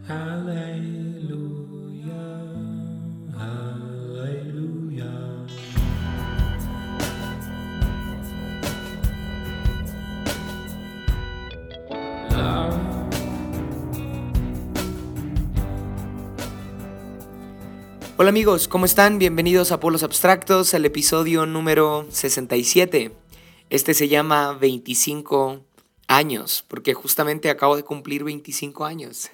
Aleluya, aleluya. Hola amigos, ¿cómo están? Bienvenidos a Polos Abstractos, al episodio número 67. Este se llama 25 años, porque justamente acabo de cumplir 25 años.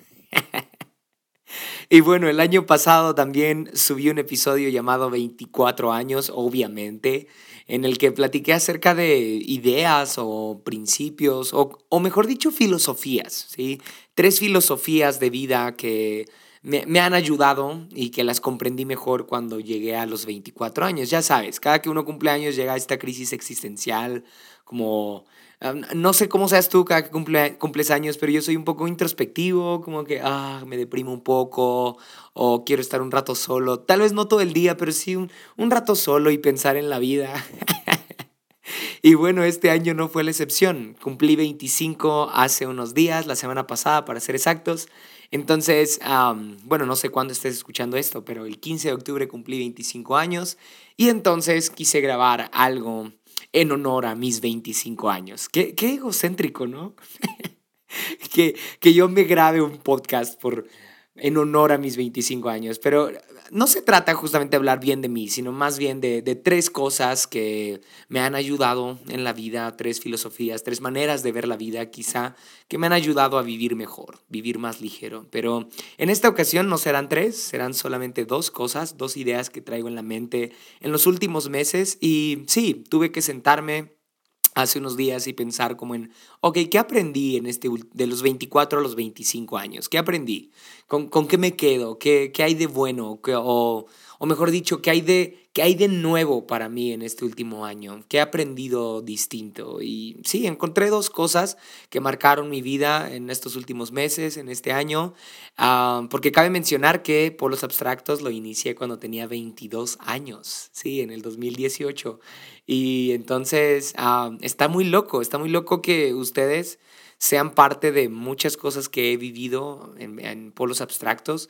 Y bueno, el año pasado también subí un episodio llamado 24 años, obviamente, en el que platiqué acerca de ideas o principios, o mejor dicho, filosofías, ¿sí? 3 filosofías de vida que me han ayudado y que las comprendí mejor cuando llegué a los 24 años. Ya sabes, cada que uno cumple años llega a esta crisis existencial, como no sé cómo seas tú cada que cumples años, pero yo soy un poco introspectivo, como que me deprimo un poco o quiero estar un rato solo. Tal vez no todo el día, pero sí un rato solo y pensar en la vida. Y bueno, este año no fue la excepción. Cumplí 25 hace unos días, la semana pasada para ser exactos. Entonces, bueno, no sé cuándo estés escuchando esto, pero el 15 de octubre cumplí 25 años y entonces quise grabar algo en honor a mis 25 años. Qué egocéntrico, ¿no? Que yo me grabe un podcast en honor a mis 25 años, pero no se trata justamente de hablar bien de mí, sino más bien de 3 cosas que me han ayudado en la vida, 3 filosofías, 3 maneras de ver la vida quizá, que me han ayudado a vivir mejor, vivir más ligero. Pero en esta ocasión no serán 3, serán solamente 2 cosas, 2 ideas que traigo en la mente en los últimos meses y sí, tuve que sentarme hace unos días y pensar como en, ok, ¿qué aprendí de los 24 a los 25 años? ¿Qué aprendí? ¿Con qué me quedo? ¿Qué hay de bueno? O mejor dicho, qué hay de nuevo para mí en este último año? ¿Qué he aprendido distinto? Y sí, encontré 2 cosas que marcaron mi vida en estos últimos meses, en este año, porque cabe mencionar que Polos Abstractos lo inicié cuando tenía 22 años, sí, en el 2018. Y entonces está muy loco que ustedes sean parte de muchas cosas que he vivido en polos abstractos,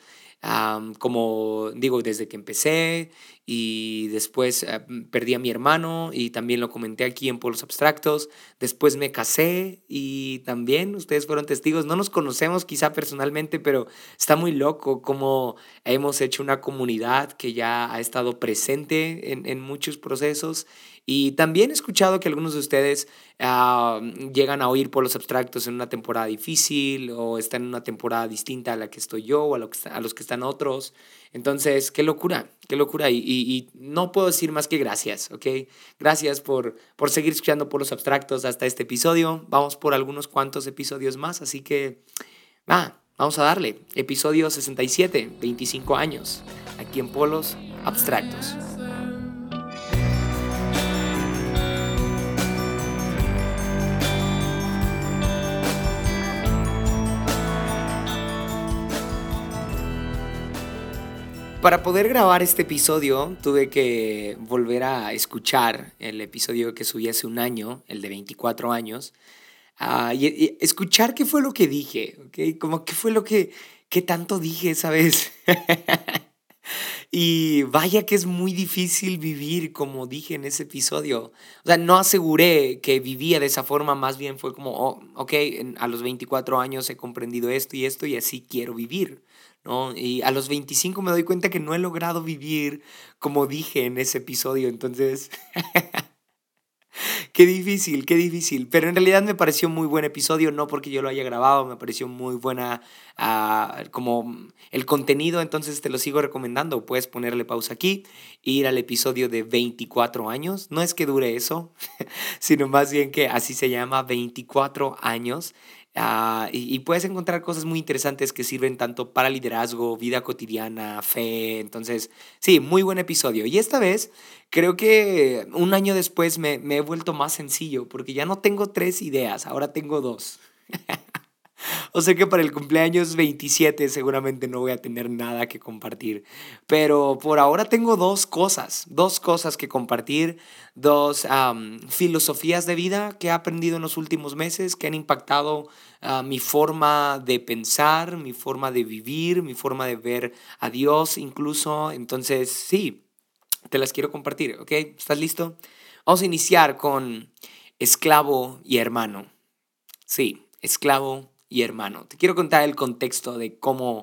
como digo, desde que empecé y después perdí a mi hermano y también lo comenté aquí en polos abstractos, después me casé y también ustedes fueron testigos, no nos conocemos quizá personalmente, pero está muy loco como hemos hecho una comunidad que ya ha estado presente en muchos procesos y también he escuchado que algunos de ustedes llegan a oír por los abstractos en una temporada difícil o están en una temporada distinta a la que estoy yo o a los que están otros. Entonces, qué locura, qué locura. Y no puedo decir más que gracias, ¿ok? Gracias por seguir escuchando por los abstractos hasta este episodio. Vamos por algunos cuantos episodios más, así que vamos a darle. Episodio 67, 25 años, aquí en Polos Abstractos. Para poder grabar este episodio tuve que volver a escuchar el episodio que subí hace un año, el de 24 años, y escuchar qué fue lo que dije, ¿ok? Como qué fue lo que tanto dije esa vez. Y vaya que es muy difícil vivir como dije en ese episodio. O sea, no aseguré que vivía de esa forma, más bien fue como, ok, a los 24 años he comprendido esto y así quiero vivir, ¿no? Y a los 25 me doy cuenta que no he logrado vivir como dije en ese episodio, entonces qué difícil, qué difícil. Pero en realidad me pareció muy buen episodio, no porque yo lo haya grabado, me pareció muy buena como el contenido, entonces te lo sigo recomendando. Puedes ponerle pausa aquí e ir al episodio de 24 años. No es que dure eso, sino más bien que así se llama, 24 años. Y puedes encontrar cosas muy interesantes que sirven tanto para liderazgo, vida cotidiana, fe. Entonces, sí, muy buen episodio. Y esta vez creo que un año después me he vuelto más sencillo porque ya no tengo 3 ideas, ahora tengo 2. O sea que para el cumpleaños 27 seguramente no voy a tener nada que compartir. Pero por ahora tengo dos cosas que compartir, dos filosofías de vida que he aprendido en los últimos meses que han impactado mi forma de pensar, mi forma de vivir, mi forma de ver a Dios incluso. Entonces, sí, te las quiero compartir, ¿ok? ¿Estás listo? Vamos a iniciar con esclavo y hermano. Sí, esclavo y hermano. Te quiero contar el contexto de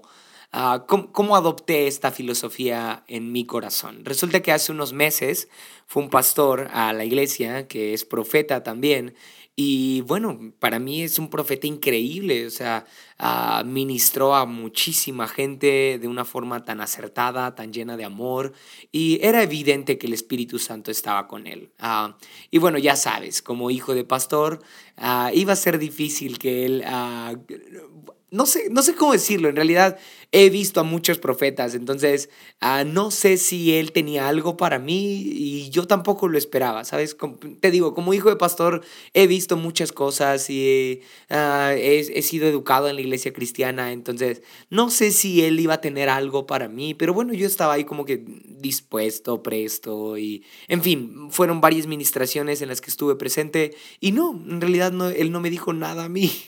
cómo adopté esta filosofía en mi corazón. Resulta que hace unos meses fue un pastor a la iglesia que es profeta también. Y bueno, para mí es un profeta increíble, o sea, ministró a muchísima gente de una forma tan acertada, tan llena de amor, y era evidente que el Espíritu Santo estaba con él. Y bueno, ya sabes, como hijo de pastor, iba a ser difícil que él, no sé cómo decirlo, en realidad he visto a muchos profetas, entonces no sé si él tenía algo para mí y yo tampoco lo esperaba, ¿sabes? Te digo, como hijo de pastor he visto muchas cosas y he sido educado en la iglesia cristiana, entonces no sé si él iba a tener algo para mí, pero bueno, yo estaba ahí como que dispuesto, presto y en fin, fueron varias ministraciones en las que estuve presente y no, en realidad no, él no me dijo nada a mí.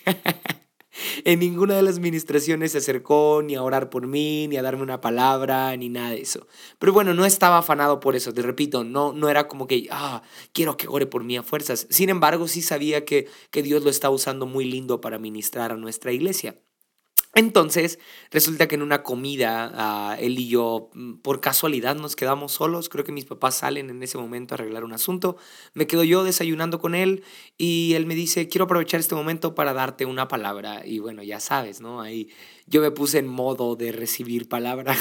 En ninguna de las ministraciones se acercó ni a orar por mí, ni a darme una palabra, ni nada de eso. Pero bueno, no estaba afanado por eso, te repito, no era como que, quiero que ore por mí a fuerzas. Sin embargo, sí sabía que Dios lo está usando muy lindo para ministrar a nuestra iglesia. Entonces, resulta que en una comida, él y yo, por casualidad, nos quedamos solos. Creo que mis papás salen en ese momento a arreglar un asunto. Me quedo yo desayunando con él y él me dice, quiero aprovechar este momento para darte una palabra. Y bueno, ya sabes, ¿no? Ahí yo me puse en modo de recibir palabra,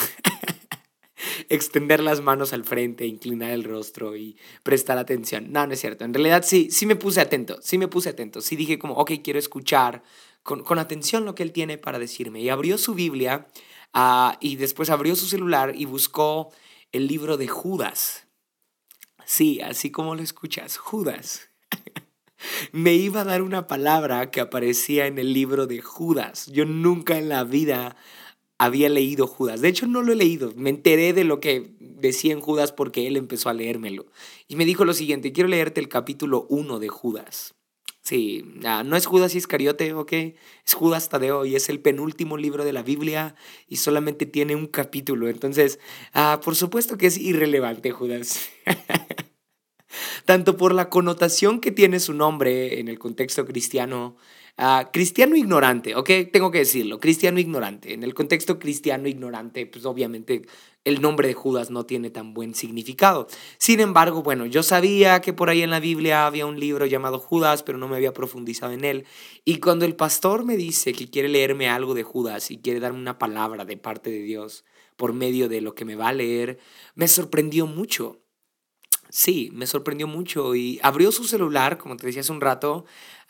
extender las manos al frente, inclinar el rostro y prestar atención. No, no es cierto. En realidad sí me puse atento, sí me puse atento. Sí dije como, ok, quiero escuchar con atención lo que él tiene para decirme. Y abrió su Biblia y después abrió su celular y buscó el libro de Judas. Sí, así como lo escuchas, Judas. Me iba a dar una palabra que aparecía en el libro de Judas. Yo nunca en la vida había leído Judas. De hecho, no lo he leído. Me enteré de lo que decía en Judas porque él empezó a leérmelo. Y me dijo lo siguiente, quiero leerte el capítulo 1 de Judas. Sí, no es Judas Iscariote, ¿ok? Es Judas Tadeo y es el penúltimo libro de la Biblia y solamente tiene un capítulo. Entonces, por supuesto que es irrelevante Judas. Tanto por la connotación que tiene su nombre en el contexto cristiano, cristiano ignorante, ¿ok? Tengo que decirlo, cristiano ignorante. En el contexto cristiano ignorante, pues obviamente el nombre de Judas no tiene tan buen significado. Sin embargo, bueno, yo sabía que por ahí en la Biblia había un libro llamado Judas, pero no me había profundizado en él. Y cuando el pastor me dice que quiere leerme algo de Judas y quiere darme una palabra de parte de Dios por medio de lo que me va a leer, me sorprendió mucho. Sí, me sorprendió mucho y abrió su celular, como te decía hace un rato,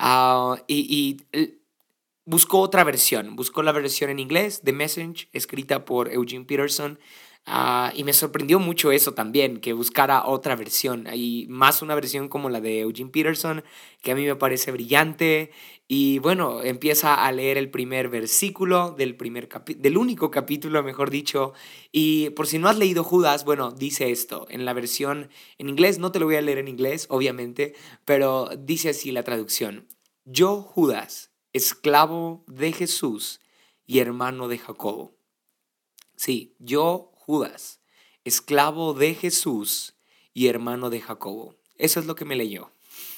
buscó otra versión, buscó la versión en inglés, The Message, escrita por Eugene Peterson, y me sorprendió mucho eso también, que buscara otra versión, y más una versión como la de Eugene Peterson, que a mí me parece brillante, y bueno, empieza a leer el primer versículo del único capítulo, mejor dicho, y por si no has leído Judas, bueno, dice esto, en la versión en inglés, no te lo voy a leer en inglés, obviamente, pero dice así la traducción. Yo, Judas, esclavo de Jesús y hermano de Jacobo. Sí, yo, Judas, esclavo de Jesús y hermano de Jacobo. Eso es lo que me leyó.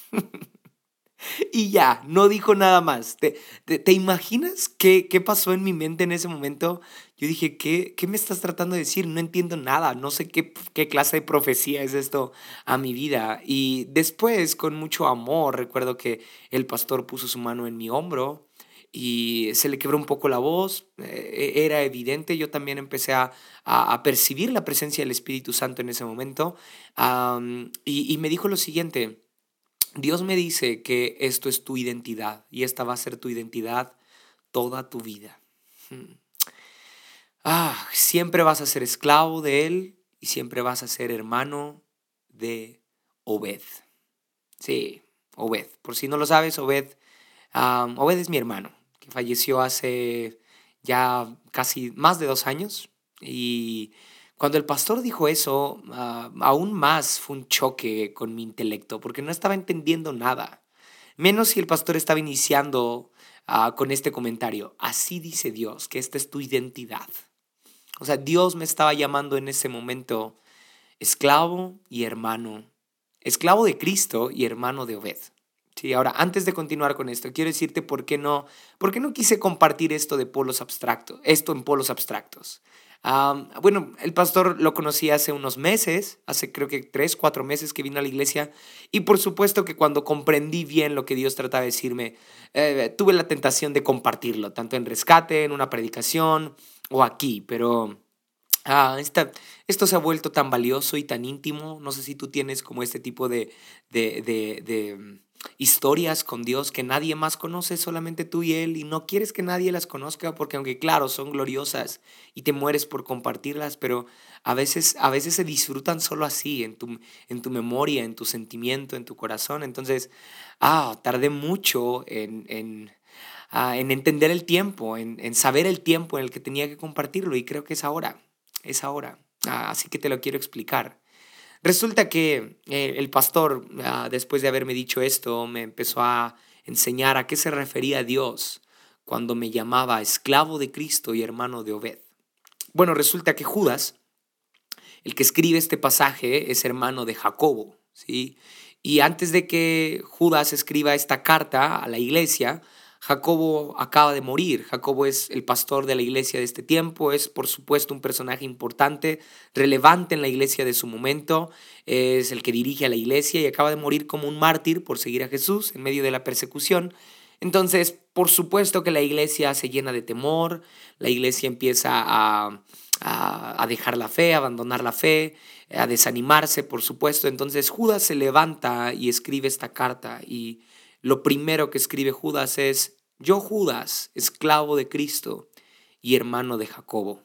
Y ya, no dijo nada más. ¿Te imaginas qué pasó en mi mente en ese momento? Yo dije, ¿qué me estás tratando de decir? No entiendo nada, no sé qué clase de profecía es esto a mi vida. Y después, con mucho amor, recuerdo que el pastor puso su mano en mi hombro y se le quebró un poco la voz, era evidente, yo también empecé a percibir la presencia del Espíritu Santo en ese momento, y me dijo lo siguiente. Dios me dice que esto es tu identidad y esta va a ser tu identidad toda tu vida. Hmm. Siempre vas a ser esclavo de Él y siempre vas a ser hermano de Obed. Sí, Obed. Por si no lo sabes, Obed es mi hermano, falleció hace ya casi más de 2 años. Y cuando el pastor dijo eso, aún más fue un choque con mi intelecto, porque no estaba entendiendo nada. Menos si el pastor estaba iniciando con este comentario. Así dice Dios, que esta es tu identidad. O sea, Dios me estaba llamando en ese momento esclavo y hermano. Esclavo de Cristo y hermano de Obed. Sí, ahora, antes de continuar con esto, quiero decirte por qué no quise compartir esto de polos abstractos, esto en polos abstractos. Bueno, el pastor lo conocí hace unos meses, hace creo que 3, 4 meses que vino a la iglesia, y por supuesto que cuando comprendí bien lo que Dios trataba de decirme, tuve la tentación de compartirlo, tanto en rescate, en una predicación o aquí, pero esto se ha vuelto tan valioso y tan íntimo. No sé si tú tienes como este tipo de historias con Dios que nadie más conoce, solamente tú y Él, y no quieres que nadie las conozca porque aunque claro, son gloriosas y te mueres por compartirlas, pero a veces se disfrutan solo así, en tu memoria, en tu sentimiento, en tu corazón. Entonces, tardé mucho en entender el tiempo, en saber el tiempo en el que tenía que compartirlo y creo que es ahora. Es ahora. Así que te lo quiero explicar. Resulta que el pastor, después de haberme dicho esto, me empezó a enseñar a qué se refería Dios cuando me llamaba esclavo de Cristo y hermano de Obed. Bueno, resulta que Judas, el que escribe este pasaje, es hermano de Jacobo, ¿sí? Y antes de que Judas escriba esta carta a la iglesia, Jacobo acaba de morir. Jacobo es el pastor de la iglesia de este tiempo, es por supuesto un personaje importante, relevante en la iglesia de su momento, es el que dirige a la iglesia y acaba de morir como un mártir por seguir a Jesús en medio de la persecución. Entonces, por supuesto que la iglesia se llena de temor, la iglesia empieza a dejar la fe, a abandonar la fe, a desanimarse, por supuesto. Entonces Judas se levanta y escribe esta carta y lo primero que escribe Judas es: yo Judas, esclavo de Cristo y hermano de Jacobo.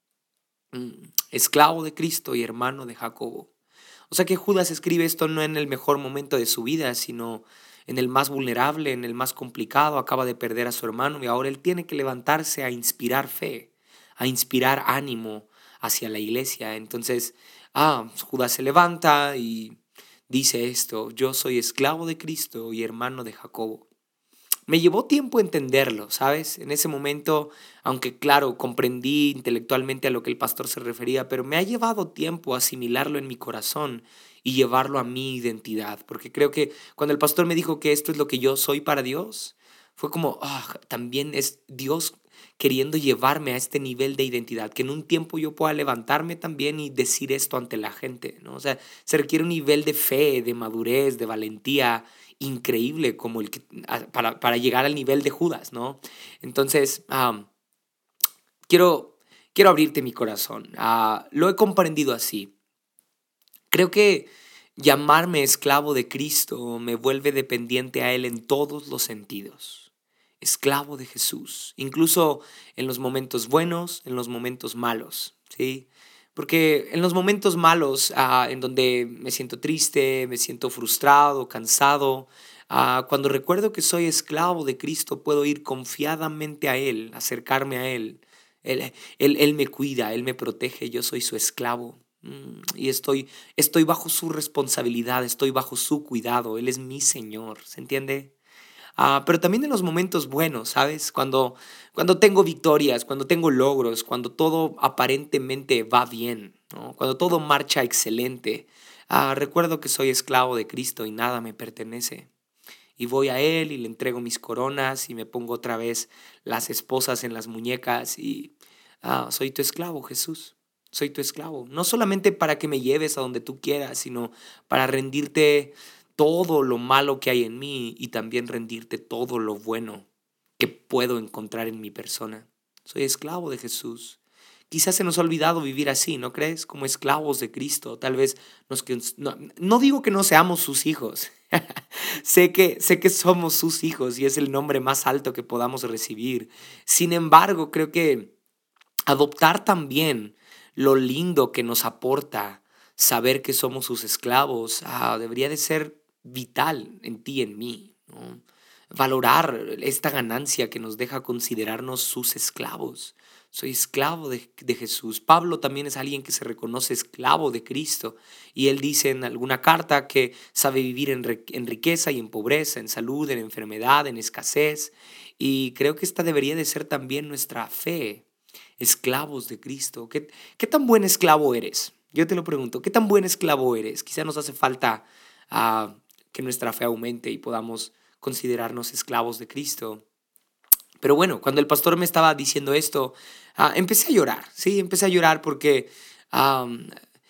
Esclavo de Cristo y hermano de Jacobo. O sea que Judas escribe esto no en el mejor momento de su vida, sino en el más vulnerable, en el más complicado. Acaba de perder a su hermano y ahora él tiene que levantarse a inspirar fe, a inspirar ánimo hacia la iglesia. Entonces, Judas se levanta y dice esto: yo soy esclavo de Cristo y hermano de Jacobo. Me llevó tiempo entenderlo, ¿sabes? En ese momento, aunque claro, comprendí intelectualmente a lo que el pastor se refería, pero me ha llevado tiempo asimilarlo en mi corazón y llevarlo a mi identidad, porque creo que cuando el pastor me dijo que esto es lo que yo soy para Dios, fue como, también es Dios queriendo llevarme a este nivel de identidad, que en un tiempo yo pueda levantarme también y decir esto ante la gente, ¿no? O sea, se requiere un nivel de fe, de madurez, de valentía increíble como el que, para llegar al nivel de Judas, ¿no? Entonces, quiero, quiero abrirte mi corazón. Lo he comprendido así. Creo que llamarme esclavo de Cristo me vuelve dependiente a Él en todos los sentidos. Esclavo de Jesús, incluso en los momentos buenos, en los momentos malos, ¿sí? Porque en los momentos malos, en donde me siento triste, me siento frustrado, cansado, cuando recuerdo que soy esclavo de Cristo, puedo ir confiadamente a Él, acercarme a Él. Él me cuida, Él me protege, yo soy su esclavo. Y estoy bajo su responsabilidad, estoy bajo su cuidado, Él es mi Señor, ¿se entiende? Pero también en los momentos buenos, ¿sabes? Cuando tengo victorias, cuando tengo logros, cuando todo aparentemente va bien, ¿no? Cuando todo marcha excelente, recuerdo que soy esclavo de Cristo y nada me pertenece. Y voy a Él y le entrego mis coronas y me pongo otra vez las esposas en las muñecas y soy tu esclavo, Jesús. Soy tu esclavo. No solamente para que me lleves a donde tú quieras, sino para rendirte todo lo malo que hay en mí y también rendirte todo lo bueno que puedo encontrar en mi persona. Soy esclavo de Jesús. Quizás se nos ha olvidado vivir así, ¿no crees? Como esclavos de Cristo. Tal vez no digo que no seamos sus hijos. Sé que somos sus hijos y es el nombre más alto que podamos recibir. Sin embargo, creo que adoptar también lo lindo que nos aporta saber que somos sus esclavos, debería de ser vital en ti y en mí, ¿no? valorar esta ganancia que nos deja considerarnos sus esclavos. Soy esclavo de Jesús. Pablo también es alguien que se reconoce esclavo de Cristo. Y él dice en alguna carta que sabe vivir en riqueza y en pobreza, en salud, en enfermedad, en escasez. Y creo que esta debería de ser también nuestra fe. Esclavos de Cristo. ¿Qué tan buen esclavo eres? Yo te lo pregunto, ¿qué tan buen esclavo eres? Quizá nos hace falta que nuestra fe aumente y podamos considerarnos esclavos de Cristo. Pero bueno, cuando el pastor me estaba diciendo esto, empecé a llorar, ¿sí? Empecé a llorar porque am,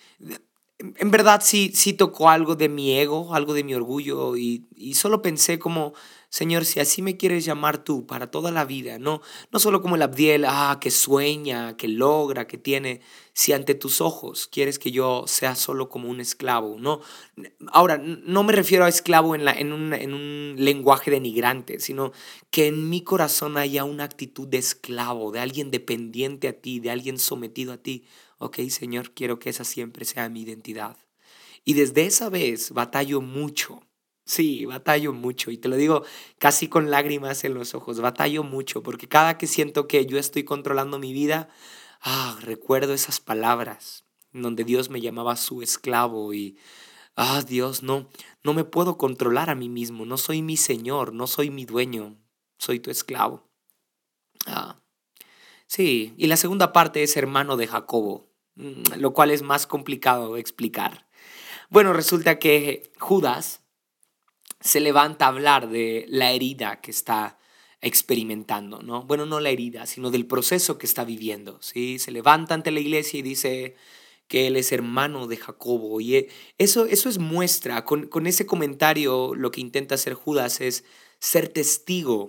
en verdad sí tocó algo de mi ego, algo de mi orgullo y solo pensé como, Señor, si así me quieres llamar tú para toda la vida, no solo como el Abdiel, que sueña, que logra, que tiene, si ante tus ojos quieres que yo sea solo como un esclavo, no. Ahora, no me refiero a esclavo en un lenguaje denigrante, sino que en mi corazón haya una actitud de esclavo, de alguien dependiente a ti, de alguien sometido a ti. Ok, Señor, quiero que esa siempre sea mi identidad. Y desde esa vez batallo mucho. Sí, batallo mucho. Y te lo digo casi con lágrimas en los ojos. Batallo mucho porque cada que siento que yo estoy controlando mi vida, recuerdo esas palabras donde Dios me llamaba su esclavo y, Dios, no me puedo controlar a mí mismo. No soy mi Señor, no soy mi dueño. Soy tu esclavo. Ah, sí, y la segunda parte es hermano de Jacobo, lo cual es más complicado de explicar. Bueno, resulta que Judas se levanta a hablar de la herida que está experimentando, ¿no? Bueno, no la herida, sino del proceso que está viviendo, ¿sí? Se levanta ante la iglesia y dice que él es hermano de Jacobo. Y eso es muestra, con ese comentario lo que intenta hacer Judas es ser testigo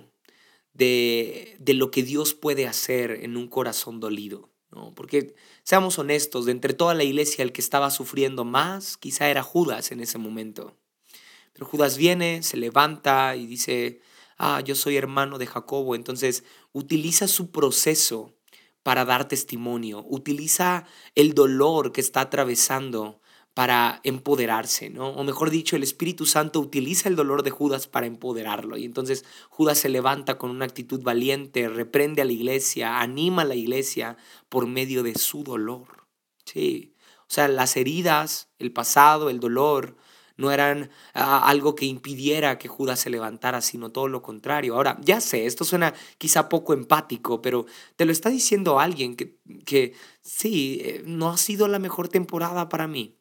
de lo que Dios puede hacer en un corazón dolido, ¿no? Porque seamos honestos, de entre toda la iglesia el que estaba sufriendo más quizá era Judas en ese momento. Pero Judas viene, se levanta y dice, yo soy hermano de Jacobo. Entonces utiliza su proceso para dar testimonio, utiliza el dolor que está atravesando para empoderarse, ¿no? O mejor dicho, el Espíritu Santo utiliza el dolor de Judas para empoderarlo. Y entonces Judas se levanta con una actitud valiente, reprende a la iglesia, anima a la iglesia por medio de su dolor. Sí, o sea, las heridas, el pasado, el dolor, no eran algo que impidiera que Judas se levantara, sino todo lo contrario. Ahora, ya sé, esto suena quizá poco empático, pero te lo está diciendo alguien que sí, no ha sido la mejor temporada para mí.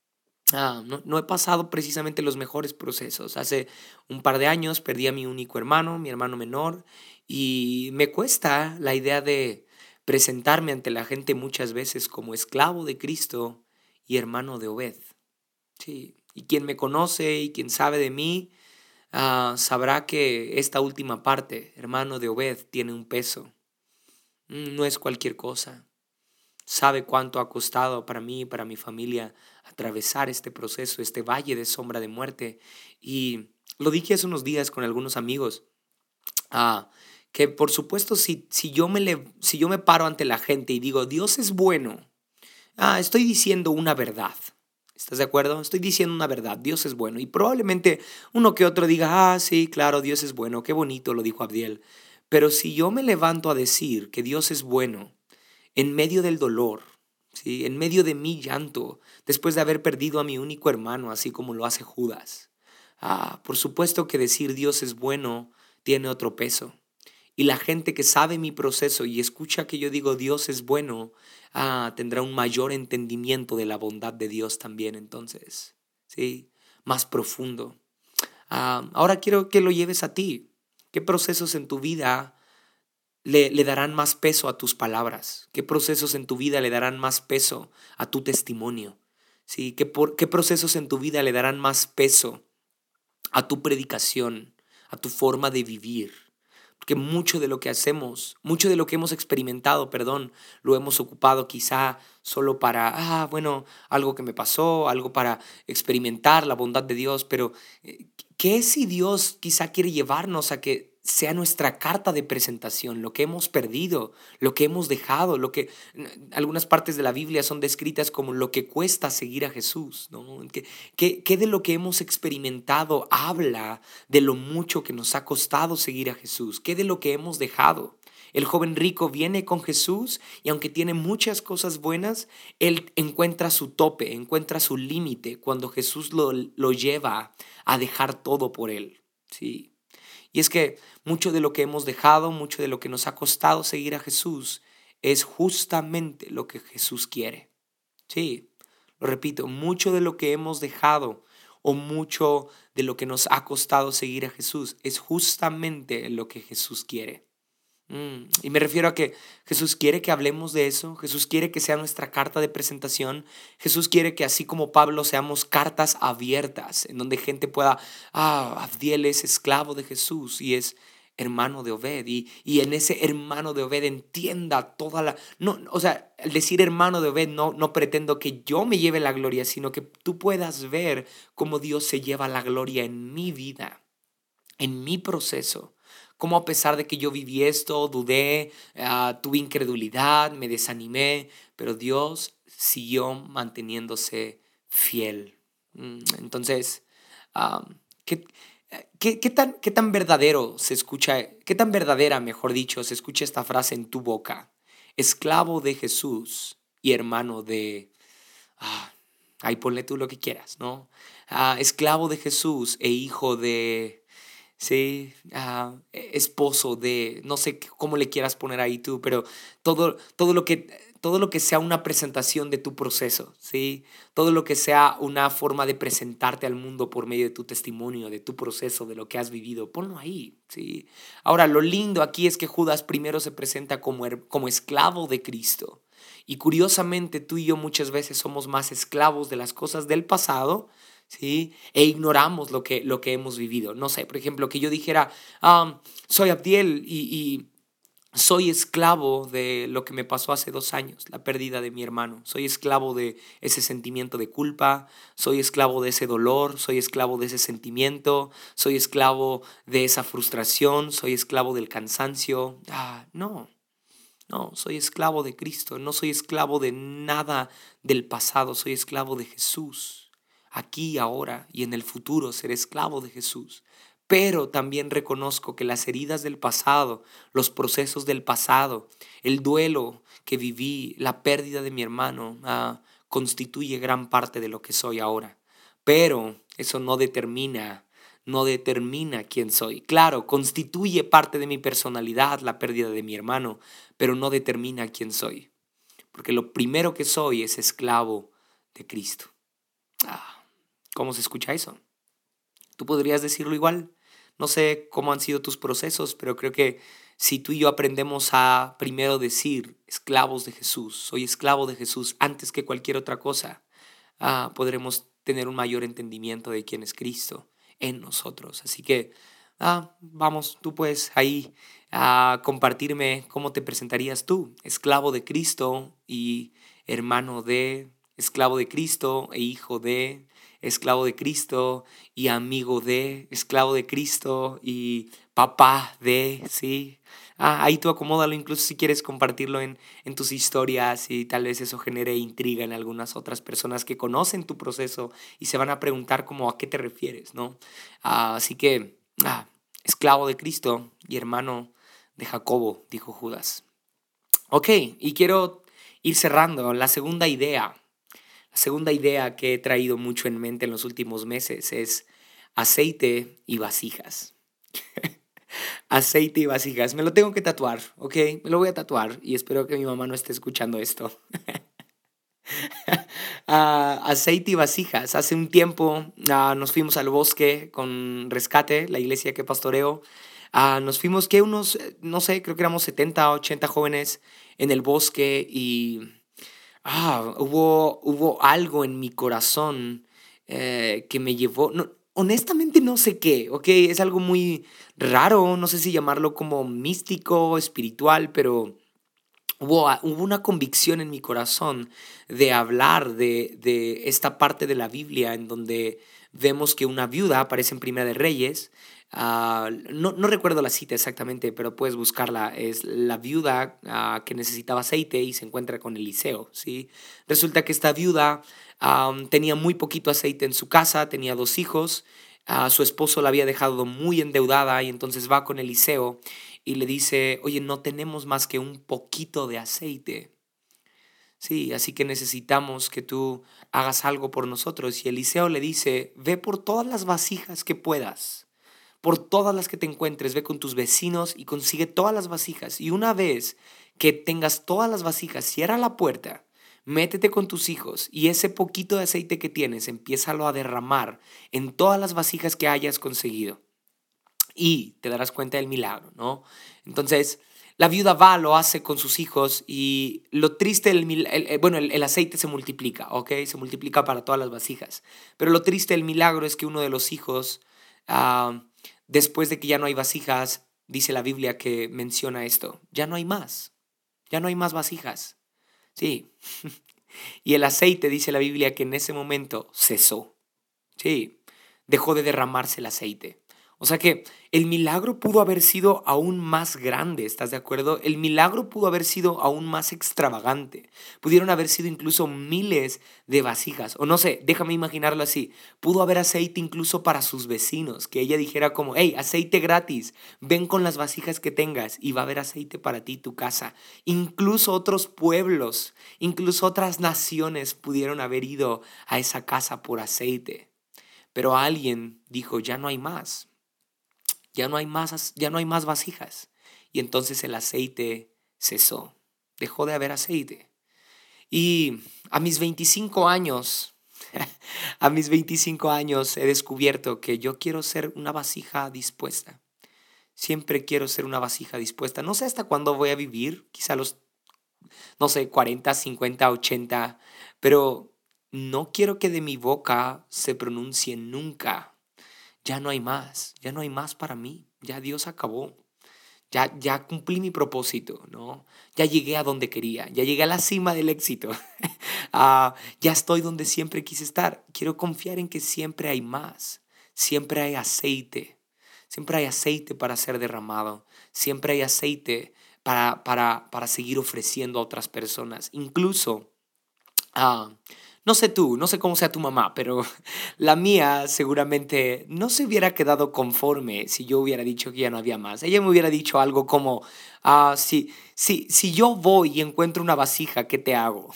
No he pasado precisamente los mejores procesos. Hace un par de años perdí a mi único hermano, mi hermano menor, y me cuesta la idea de presentarme ante la gente muchas veces como esclavo de Cristo y hermano de Obed. Sí, y quien me conoce y quien sabe de mí, sabrá que esta última parte, hermano de Obed, tiene un peso. No es cualquier cosa. Sabe cuánto ha costado para mí y para mi familia atravesar este proceso, este valle de sombra de muerte. Y lo dije hace unos días con algunos amigos, ah, que por supuesto si yo me paro ante la gente y digo, Dios es bueno, estoy diciendo una verdad. ¿Estás de acuerdo? Estoy diciendo una verdad. Dios es bueno. Y probablemente uno que otro diga, sí, claro, Dios es bueno. Qué bonito lo dijo Abdiel. Pero si yo me levanto a decir que Dios es bueno en medio del dolor, ¿sí? En medio de mi llanto, después de haber perdido a mi único hermano, así como lo hace Judas, por supuesto que decir Dios es bueno tiene otro peso. Y la gente que sabe mi proceso y escucha que yo digo Dios es bueno, tendrá un mayor entendimiento de la bondad de Dios también entonces, ¿sí? Más profundo. Ahora quiero que lo lleves a ti. ¿Qué procesos en tu vida le darán más peso a tus palabras? ¿Qué procesos en tu vida le darán más peso a tu testimonio? ¿Sí? ¿Qué procesos en tu vida le darán más peso a tu predicación, a tu forma de vivir? Porque mucho de lo que hacemos, mucho de lo que hemos experimentado, perdón, lo hemos ocupado quizá solo para, bueno, algo que me pasó, algo para experimentar la bondad de Dios, pero ¿qué si Dios quizá quiere llevarnos a que sea nuestra carta de presentación, lo que hemos perdido, lo que hemos dejado, algunas partes de la Biblia son descritas como lo que cuesta seguir a Jesús, ¿no? ¿Qué de lo que hemos experimentado habla de lo mucho que nos ha costado seguir a Jesús? ¿Qué de lo que hemos dejado? El joven rico viene con Jesús y aunque tiene muchas cosas buenas, él encuentra su tope, encuentra su límite cuando Jesús lo lleva a dejar todo por él. Sí. Y es que mucho de lo que hemos dejado, mucho de lo que nos ha costado seguir a Jesús, es justamente lo que Jesús quiere. Sí, lo repito, mucho de lo que hemos dejado o mucho de lo que nos ha costado seguir a Jesús es justamente lo que Jesús quiere. Y me refiero a que Jesús quiere que hablemos de eso, Jesús quiere que sea nuestra carta de presentación, Jesús quiere que así como Pablo seamos cartas abiertas, en donde gente pueda, Abdiel es esclavo de Jesús y es hermano de Obed, y en ese hermano de Obed entienda toda la... No, o sea, al decir hermano de Obed no pretendo que yo me lleve la gloria, sino que tú puedas ver cómo Dios se lleva la gloria en mi vida, en mi proceso. Cómo a pesar de que yo viví esto, dudé, tuve incredulidad, me desanimé, pero Dios siguió manteniéndose fiel. Entonces, ah, ¿qué, qué tan verdadero se escucha, qué tan verdadera, mejor dicho, se escucha esta frase en tu boca? Esclavo de Jesús y hermano de... ahí ponle tú lo que quieras, ¿no? Esclavo de Jesús e hijo de... Sí, esposo de, no sé cómo le quieras poner ahí tú, pero todo lo que sea una presentación de tu proceso, ¿sí? Todo lo que sea una forma de presentarte al mundo por medio de tu testimonio, de tu proceso, de lo que has vivido, ponlo ahí, ¿sí? Ahora, lo lindo aquí es que Judas primero se presenta como esclavo de Cristo. Y curiosamente tú y yo muchas veces somos más esclavos de las cosas del pasado, ¿sí? E ignoramos lo que hemos vivido. No sé, por ejemplo, que yo dijera, soy Abdiel y soy esclavo de lo que me pasó hace 2 años, la pérdida de mi hermano. Soy esclavo de ese sentimiento de culpa, soy esclavo de ese dolor, soy esclavo de ese sentimiento, soy esclavo de esa frustración, soy esclavo del cansancio. No, soy esclavo de Cristo, no soy esclavo de nada del pasado, soy esclavo de Jesús. Aquí, ahora y en el futuro seré esclavo de Jesús. Pero también reconozco que las heridas del pasado, los procesos del pasado, el duelo que viví, la pérdida de mi hermano, constituye gran parte de lo que soy ahora. Pero eso no determina quién soy. Claro, constituye parte de mi personalidad la pérdida de mi hermano, pero no determina quién soy. Porque lo primero que soy es esclavo de Cristo. ¿Cómo se escucha eso? ¿Tú podrías decirlo igual? No sé cómo han sido tus procesos, pero creo que si tú y yo aprendemos a primero decir esclavos de Jesús, soy esclavo de Jesús antes que cualquier otra cosa, podremos tener un mayor entendimiento de quién es Cristo en nosotros. Así que vamos, tú puedes ahí compartirme cómo te presentarías tú, esclavo de Cristo y hermano de, esclavo de Cristo e hijo de, esclavo de Cristo y amigo de, esclavo de Cristo y papá de, ¿sí? Ahí tú acomódalo, incluso si quieres compartirlo en tus historias y tal vez eso genere intriga en algunas otras personas que conocen tu proceso y se van a preguntar como a qué te refieres, ¿no? Así que, esclavo de Cristo y hermano de Jacobo, dijo Judas. Ok, y quiero ir cerrando la segunda idea. La segunda idea que he traído mucho en mente en los últimos meses es aceite y vasijas. Aceite y vasijas. Me lo tengo que tatuar, ¿ok? Me lo voy a tatuar y espero que mi mamá no esté escuchando esto. Aceite y vasijas. Hace un tiempo nos fuimos al bosque con Rescate, la iglesia que pastoreo. Nos fuimos que unos, no sé, creo que éramos 70, 80 jóvenes en el bosque y hubo algo en mi corazón que me llevó, no, honestamente no sé qué, ¿ok? Es algo muy raro, no sé si llamarlo como místico, espiritual, pero hubo una convicción en mi corazón de hablar de esta parte de la Biblia en donde vemos que una viuda, aparece en Primera de Reyes, No recuerdo la cita exactamente, pero puedes buscarla. Es la viuda que necesitaba aceite y se encuentra con Eliseo, ¿sí? Resulta que esta viuda tenía muy poquito aceite en su casa, tenía 2 hijos, su esposo la había dejado muy endeudada y entonces va con Eliseo y le dice, oye, no tenemos más que un poquito de aceite. Sí, así que necesitamos que tú hagas algo por nosotros. Y Eliseo le dice, ve por todas las vasijas que puedas, por todas las que te encuentres, ve con tus vecinos y consigue todas las vasijas. Y una vez que tengas todas las vasijas, cierra la puerta, métete con tus hijos y ese poquito de aceite que tienes, empiézalo a derramar en todas las vasijas que hayas conseguido y te darás cuenta del milagro, ¿no? Entonces, la viuda va, lo hace con sus hijos y lo triste, el aceite se multiplica, ¿ok? Se multiplica para todas las vasijas. Pero lo triste del milagro es que uno de los hijos, ah, después de que ya no hay vasijas, dice la Biblia que menciona esto, ya no hay más vasijas, sí. Y el aceite, dice la Biblia, que en ese momento cesó. Sí, dejó de derramarse el aceite. O sea que el milagro pudo haber sido aún más grande, ¿estás de acuerdo? El milagro pudo haber sido aún más extravagante. Pudieron haber sido incluso miles de vasijas. O no sé, déjame imaginarlo así. Pudo haber aceite incluso para sus vecinos. Que ella dijera como, hey, aceite gratis. Ven con las vasijas que tengas y va a haber aceite para ti y tu casa. Incluso otros pueblos, incluso otras naciones pudieron haber ido a esa casa por aceite. Pero alguien dijo, ya no hay más, ya no hay más vasijas. Y entonces el aceite cesó, dejó de haber aceite. Y a mis 25 años, a mis 25 años he descubierto que yo quiero ser una vasija dispuesta. Siempre quiero ser una vasija dispuesta. No sé hasta cuándo voy a vivir, quizá los, no sé, 40, 50, 80, pero no quiero que de mi boca se pronuncie nunca. Ya no hay más, ya no hay más para mí, ya Dios acabó, ya cumplí mi propósito, ¿no? Ya llegué a donde quería, ya llegué a la cima del éxito, ya estoy donde siempre quise estar. Quiero confiar en que siempre hay más, siempre hay aceite para ser derramado, siempre hay aceite para seguir ofreciendo a otras personas, incluso... Ah, no sé tú, no sé cómo sea tu mamá, pero la mía seguramente no se hubiera quedado conforme si yo hubiera dicho que ya no había más. Ella me hubiera dicho algo como, si yo voy y encuentro una vasija, ¿qué te hago?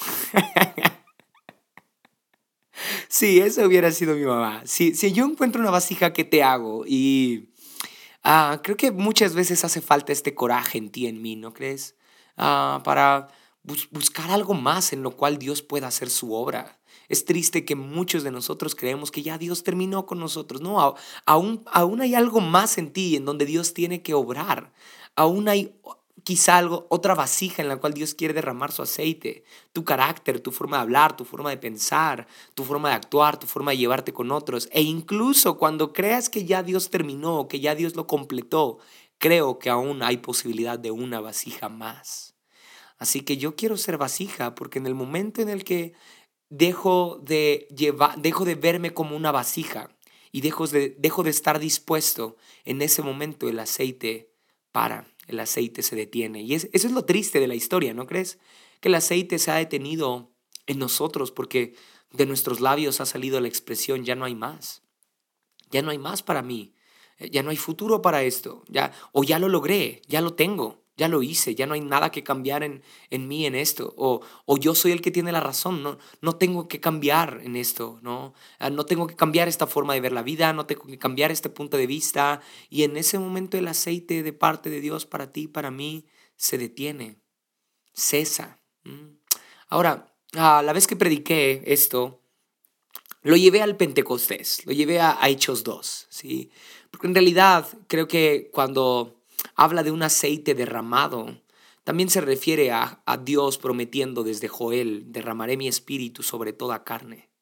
Sí, eso hubiera sido mi mamá. Si yo encuentro una vasija, ¿qué te hago? Y creo que muchas veces hace falta este coraje en ti, en mí, ¿no crees? Para buscar algo más en lo cual Dios pueda hacer su obra. Es triste que muchos de nosotros creemos que ya Dios terminó con nosotros. No, aún hay algo más en ti en donde Dios tiene que obrar. Aún hay quizá otra vasija en la cual Dios quiere derramar su aceite. Tu carácter, tu forma de hablar, tu forma de pensar, tu forma de actuar, tu forma de llevarte con otros. E incluso cuando creas que ya Dios terminó, que ya Dios lo completó, creo que aún hay posibilidad de una vasija más. Así que yo quiero ser vasija porque en el momento en el que dejo de verme como una vasija y dejo de estar dispuesto, en ese momento el aceite el aceite se detiene. Y eso es lo triste de la historia, ¿no crees? Que el aceite se ha detenido en nosotros porque de nuestros labios ha salido la expresión, ya no hay más, ya no hay más para mí, ya no hay futuro para esto, o ya lo logré, ya lo tengo. Ya lo hice, ya no hay nada que cambiar en mí en esto. O yo soy el que tiene la razón, no tengo que cambiar en esto, ¿no? No tengo que cambiar esta forma de ver la vida, no tengo que cambiar este punto de vista. Y en ese momento el aceite de parte de Dios para ti, para mí, se detiene, cesa. Ahora, la vez que prediqué esto, lo llevé al Pentecostés, lo llevé a Hechos 2, ¿sí? Porque en realidad creo que cuando habla de un aceite derramado, también se refiere a Dios prometiendo desde Joel, derramaré mi espíritu sobre toda carne.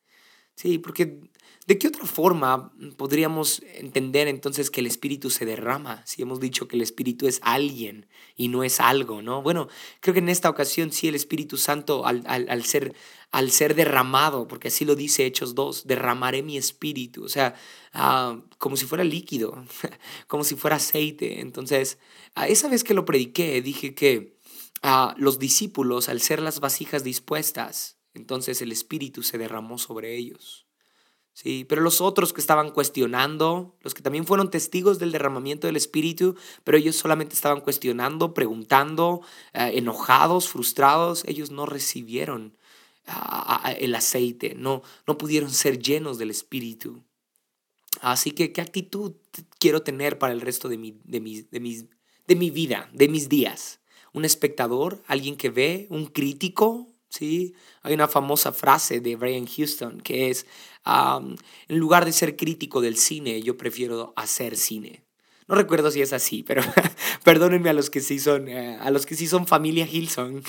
Sí, porque ¿de qué otra forma podríamos entender entonces que el Espíritu se derrama? Si hemos dicho que el Espíritu es alguien y no es algo, ¿no? Bueno, creo que en esta ocasión sí el Espíritu Santo al ser derramado, porque así lo dice Hechos 2, derramaré mi Espíritu, o sea, como si fuera líquido, como si fuera aceite. Entonces, esa vez que lo prediqué, dije que los discípulos, al ser las vasijas dispuestas, entonces el Espíritu se derramó sobre ellos. Sí, pero los otros que estaban cuestionando, los que también fueron testigos del derramamiento del Espíritu, pero ellos solamente estaban cuestionando, preguntando, enojados, frustrados, ellos no recibieron el aceite, no pudieron ser llenos del Espíritu. Así que, ¿qué actitud quiero tener para el resto de mi vida, de mis días? ¿Un espectador? ¿Alguien que ve? ¿Un crítico? ¿Sí? Hay una famosa frase de Brian Houston que es, en lugar de ser crítico del cine, yo prefiero hacer cine. No recuerdo si es así, pero perdónenme a los que sí son familia Hilson.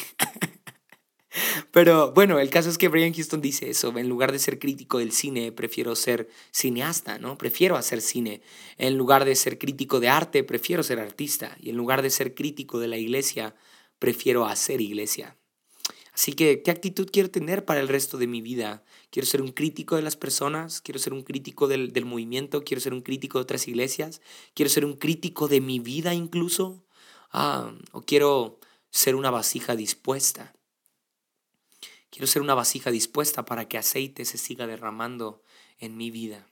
Pero bueno, el caso es que Brian Houston dice eso, en lugar de ser crítico del cine, prefiero ser cineasta, ¿no? Prefiero hacer cine. En lugar de ser crítico de arte, prefiero ser artista. Y en lugar de ser crítico de la iglesia, prefiero hacer iglesia. Así que, ¿qué actitud quiero tener para el resto de mi vida? ¿Quiero ser un crítico de las personas? ¿Quiero ser un crítico del movimiento? ¿Quiero ser un crítico de otras iglesias? ¿Quiero ser un crítico de mi vida incluso? ¿O quiero ser una vasija dispuesta? Quiero ser una vasija dispuesta para que aceite se siga derramando en mi vida.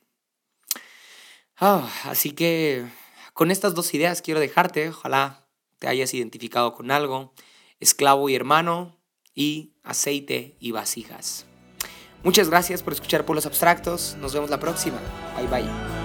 Así que con estas dos ideas quiero dejarte. Ojalá te hayas identificado con algo. Esclavo y hermano, y aceite y vasijas. Muchas gracias por escuchar Polos Abstractos. Nos vemos la próxima. Bye bye.